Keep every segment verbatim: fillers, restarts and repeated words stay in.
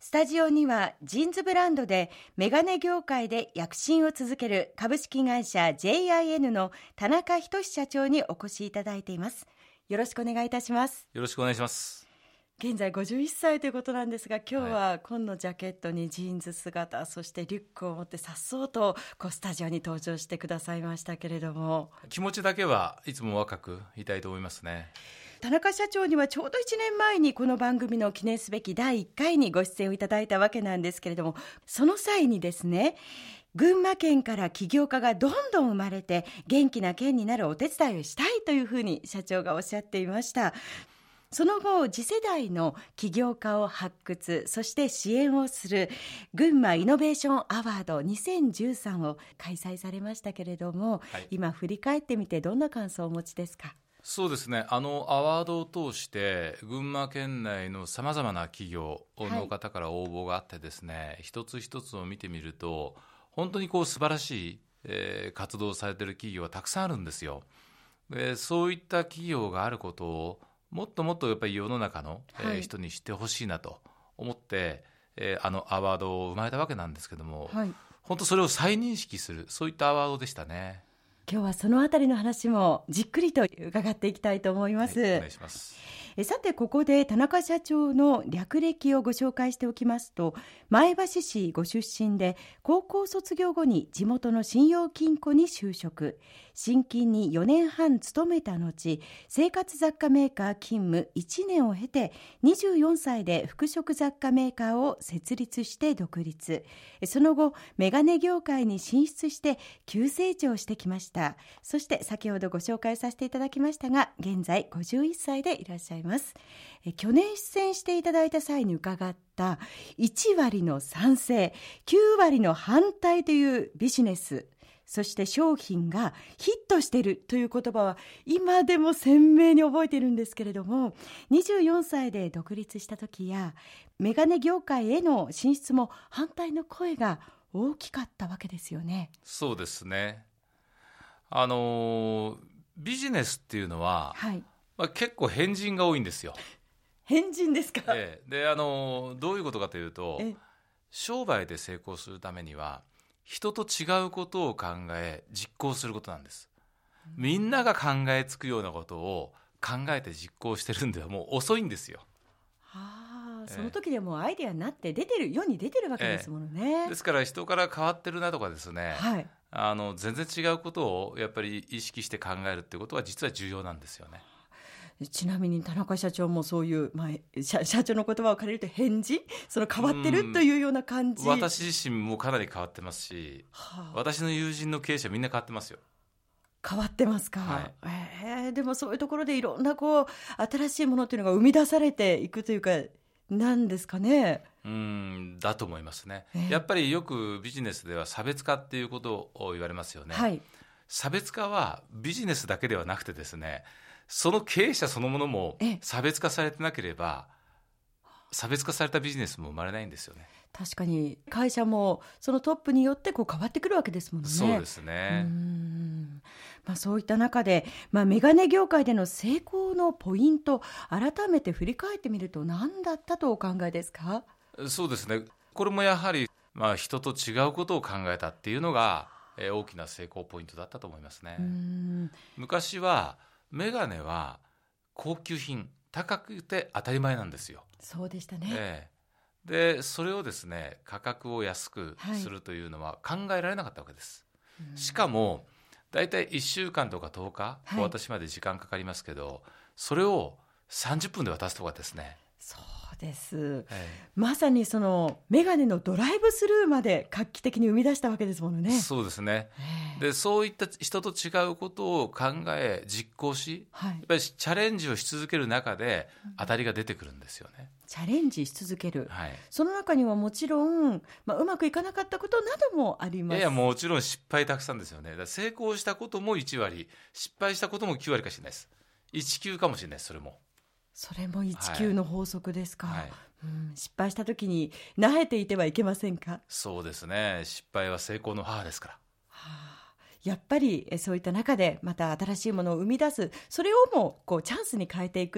スタジオにはジーンズブランドでメガネ業界で躍進を続ける株式会社 ジェイアイエヌ の田中仁社長にお越しいただいています。よろしくお願いいたします。 よろしくお願いします。 現在ごじゅういっさいということなんですが、今日は紺のジャケットにジーンズ姿、そしてリュックを持ってさっそうとこうスタジオに登場してくださいましたけれども、 気持ちだけはいつも若くいたいと思いますね。 田中社長にはちょうどいちねんまえにこの番組の記念すべきだいいっかいにご出演をいただいたわけなんですけれども、その際にですね、群馬県から起業家がどんどん生まれて元気な県になるお手伝いをしたいというふうに社長がおっしゃっていました。その後、次世代の起業家を発掘、そして支援をする群馬イノベーションアワードにせんじゅうさんを開催されましたけれども、はい、今振り返ってみてどんな感想をお持ちですか？ そうですね、あのアワードを通して群馬県内のさまざまな企業の方から応募があってですね、はい、一つ一つを見てみると本当にこう素晴らしい、えー、活動をされている企業がたくさんあるんですよ。でそういった企業があることをもっともっとやっぱり世の中の、はい、えー、人に知ってほしいなと思って、えー、あのアワードを生まれたわけなんですけども、はい、本当それを再認識する、そういったアワードでしたね。 今日はそのあたりの話もじっくりと伺っていきたいと思います。はい、 お願いします。 えさて、ここで田中社長の略歴をご紹介しておきますと、前橋市ご出身で高校卒業後に地元の信用金庫に就職、新金によねんはん勤めた後、生活雑貨メーカー勤務いちねんを経てにじゅうよんさいで服飾雑貨メーカーを設立して独立、その後メガネ業界に進出して急成長してきました。そして先ほどご紹介させていただきましたが、現在ごじゅういっさいでいらっしゃいます。え去年出演していただいた際に伺ったいちわりの賛成、きゅうわりの反対というビジネス、そして商品がヒットしているという言葉は今でも鮮明に覚えているんですけれども、にじゅうよんさいで独立した時やメガネ業界への進出も反対の声が大きかったわけですよね。 そうですね。あのビジネスっていうのは、はい、まあ、結構変人が多いんですよ。 変人ですか？ ええ、であのどういうことかというと、商売で成功するためには人と違うことを考え実行することなんです。みんなが考えつくようなことを考えて実行してるんではもう遅いんですよ。 はあ、その時でもうアイデアになって出てる、世に出てるわけですものね。 ええ、ですから人から変わってるなとかですね、はい、あの全然違うことをやっぱり意識して考えるってことは実は重要なんですよね。 ちなみに田中社長もそういう、まあ、社, 社長の言葉を借りると変人、その変わってるというような感じ。 私自身もかなり変わってますし、はあ、私の友人の経営者みんな変わってますよ。 変わってますか？ はい、 えー、でもそういうところでいろんなこう新しいものというのが生み出されていくというか、なんですかね。 うーんだと思いますね。えー、やっぱりよくビジネスでは差別化っていうことを言われますよね。はい、差別化はビジネスだけではなくてですね、その経営者そのものも差別化されてなければ差別化されたビジネスも生まれないんですよね。 確かに会社もそのトップによってこう変わってくるわけですもんね。 そうですね。 うーん、まあ、そういった中で、まあ、メガネ業界での成功のポイント、改めて振り返ってみると何だったとお考えですか？ そうですね、これもやはり、まあ、人と違うことを考えたっていうのが、えー、大きな成功ポイントだったと思いますね。うーん、昔はメガネは高級品、高くて当たり前なんですよ。 そうでしたね。 えー、でそれをですね、価格を安くするというのは考えられなかったわけです。はい、しかもだいたいいっしゅうかんとかとおか、はい、お渡しまで時間かかりますけど、それをさんじゅっぷんで渡すとかですね。 そうです、ええ、 まさにそのメガネのドライブスルーまで画期的に生み出したわけですものね。 そうですね、ええ、でそういった人と違うことを考え実行し、はい、やっぱりチャレンジをし続ける中で当たりが出てくるんですよね。 チャレンジし続ける、 はい、 その中にはもちろん、まあ、うまくいかなかったことなどもあります。 いやいや、もちろん失敗たくさんですよね。だから成功したこともいちわり、失敗したこともきゅうわりかしれないです。いちきゅうかもしれないです。それもそれもいちきゅうの法則ですか。 はいはい、 うん、失敗した時に慣れていてはいけませんか？ そうですね、失敗は成功の母ですから。 はあ、やっぱりそういった中でまた新しいものを生み出す、それをもこうチャンスに変えていく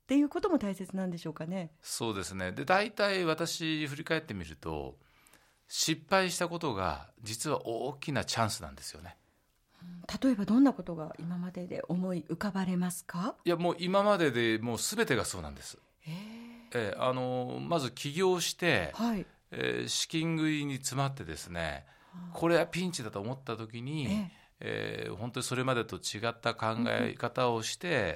っていうことも大切なんでしょうかね。 そうですね。で、大体私振り返ってみると、失敗したことが実は大きなチャンスなんですよね。 例えばどんなことが今までで思い浮かばれますか？ いや、もう今まででもう全てがそうなんです。 えーえーあのまず起業して、 はいえー資金繰りに詰まってですね、これはピンチだと思った時に、 ええー本当にそれまでと違った考え方をして、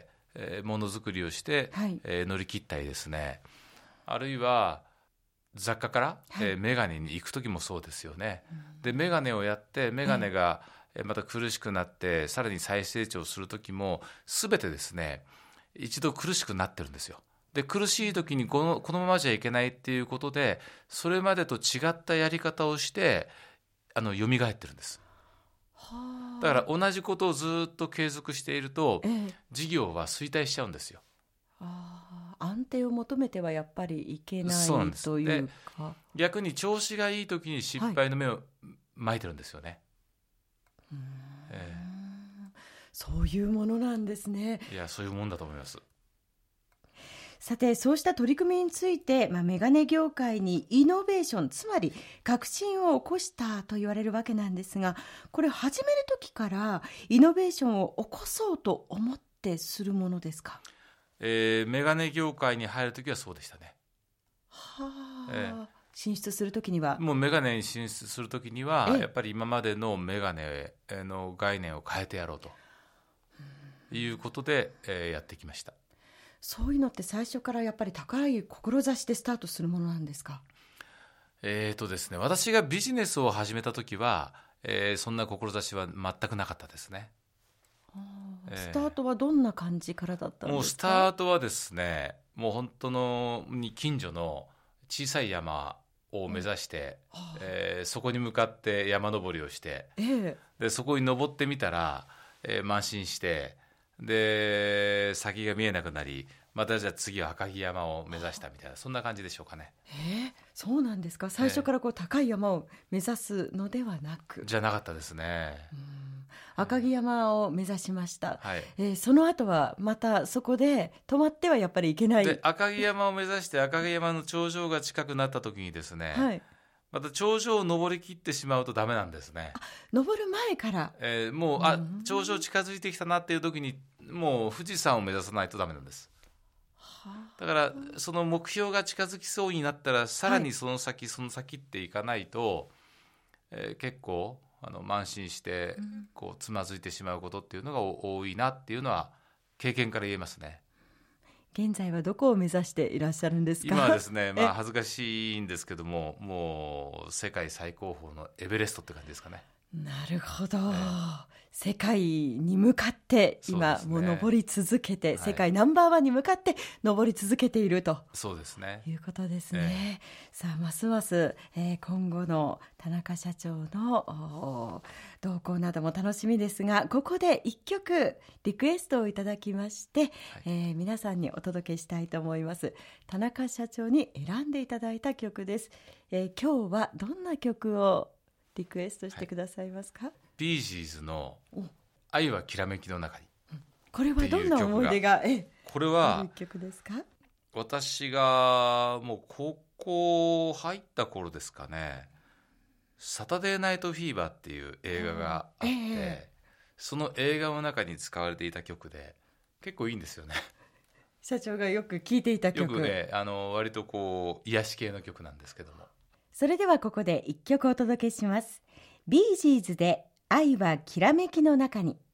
えーものづくりをして、 はいえー乗り切ったりですね、あるいは雑貨から、 はいえーメガネに行く時もそうですよね。でメガネをやってメガネが、えーまた苦しくなってさらに再成長する時も全てですね、一度苦しくなってるんですよ。で苦しい時にこの、このままじゃいけないっていうことで、それまでと違ったやり方をしてあの蘇ってるんです。 はあだから同じことをずっと継続していると、 ええ事業は衰退しちゃうんですよ。 あー安定を求めてはやっぱりいけないそうなんです。 というか。 逆に調子がいい時に失敗の芽をまいてるんですよね。 うーんえそういうものなんですね。 えいや、そういうもんだと思います。 さて、そうした取り組みについて、まあ、メガネ業界にイノベーション、つまり革新を起こしたと言われるわけなんですが、これ始める時からイノベーションを起こそうと思ってするものですか？ えーメガネ業界に入る時はそうでしたね。 はあ、 え進出する時にはもうメガネに進出する時にはええやっぱり今までのメガネの概念を変えてやろうということで、えーやってきました。 そういうのって最初からやっぱり高い志でスタートするものなんですか？ えーとですね、私がビジネスを始めた時は、えーそんな志は全くなかったですね。ええスタートはどんな感じからだったんもうスですか？ タートはですね、もう本当のに近所の小さい山を目指して、 はあえーそこに向かって山登りをして、 ええでそこに登ってみたら、えー慢心して、で先が見えなくなり、またじゃあ次は赤城山を目指したみたいな、そんな感じでしょうかね。 ええそうなんですか？最初からこう高い山を目指すのではなく、 じゃなかったですね。 うん赤城山を目指しました、 はい。 えーその後はまたそこで止まってはやっぱりいけない。 で赤城山を目指して赤城山の頂上が近くなった時にですね、 はい、 また頂上を登りきってしまうとダメなんですね。 登る前からえーもうあうん頂上近づいてきたなっていう時にもう富士山を目指さないとダメなんです。だからその目標が近づきそうになったらさらにその先、その先っていかないと、えー結構あの慢心してこうつまずいてしまうことっていうのが多いなっていうのは経験から言えますね。 現在はどこを目指していらっしゃるんですか？ 今はですね、まえあ、恥ずかしいんですけども、もう世界最高峰のエベレストって感じですかね。 なるほど、世界に向かって今、 そうですねもう登り続けて、 はい世界ナンバーワンに向かって登り続けているとそうですね。 いうことですね、さあますます、えー今後の田中社長のお動向なども楽しみですが、ここで一曲リクエストをいただきまして、えー皆さんにお届けしたいと思います。田中社長に選んでいただいた曲です、えー今日はどんな曲をリクエストしてくださいますか？ ビージーズのお愛はきらめきの中に。 これはどんな思い出がえあこれはる曲ですか？ 私がもう高校入った頃ですかね、サタデーナイトフィーバーっていう映画があって、 ええその映画の中に使われていた曲で結構いいんですよね。 社長がよく聴いていたよ曲、 くね、あの割とこう癒し系の曲なんですけども。 それではここで一曲お届けします。ビージーズで愛はきらめきの中に。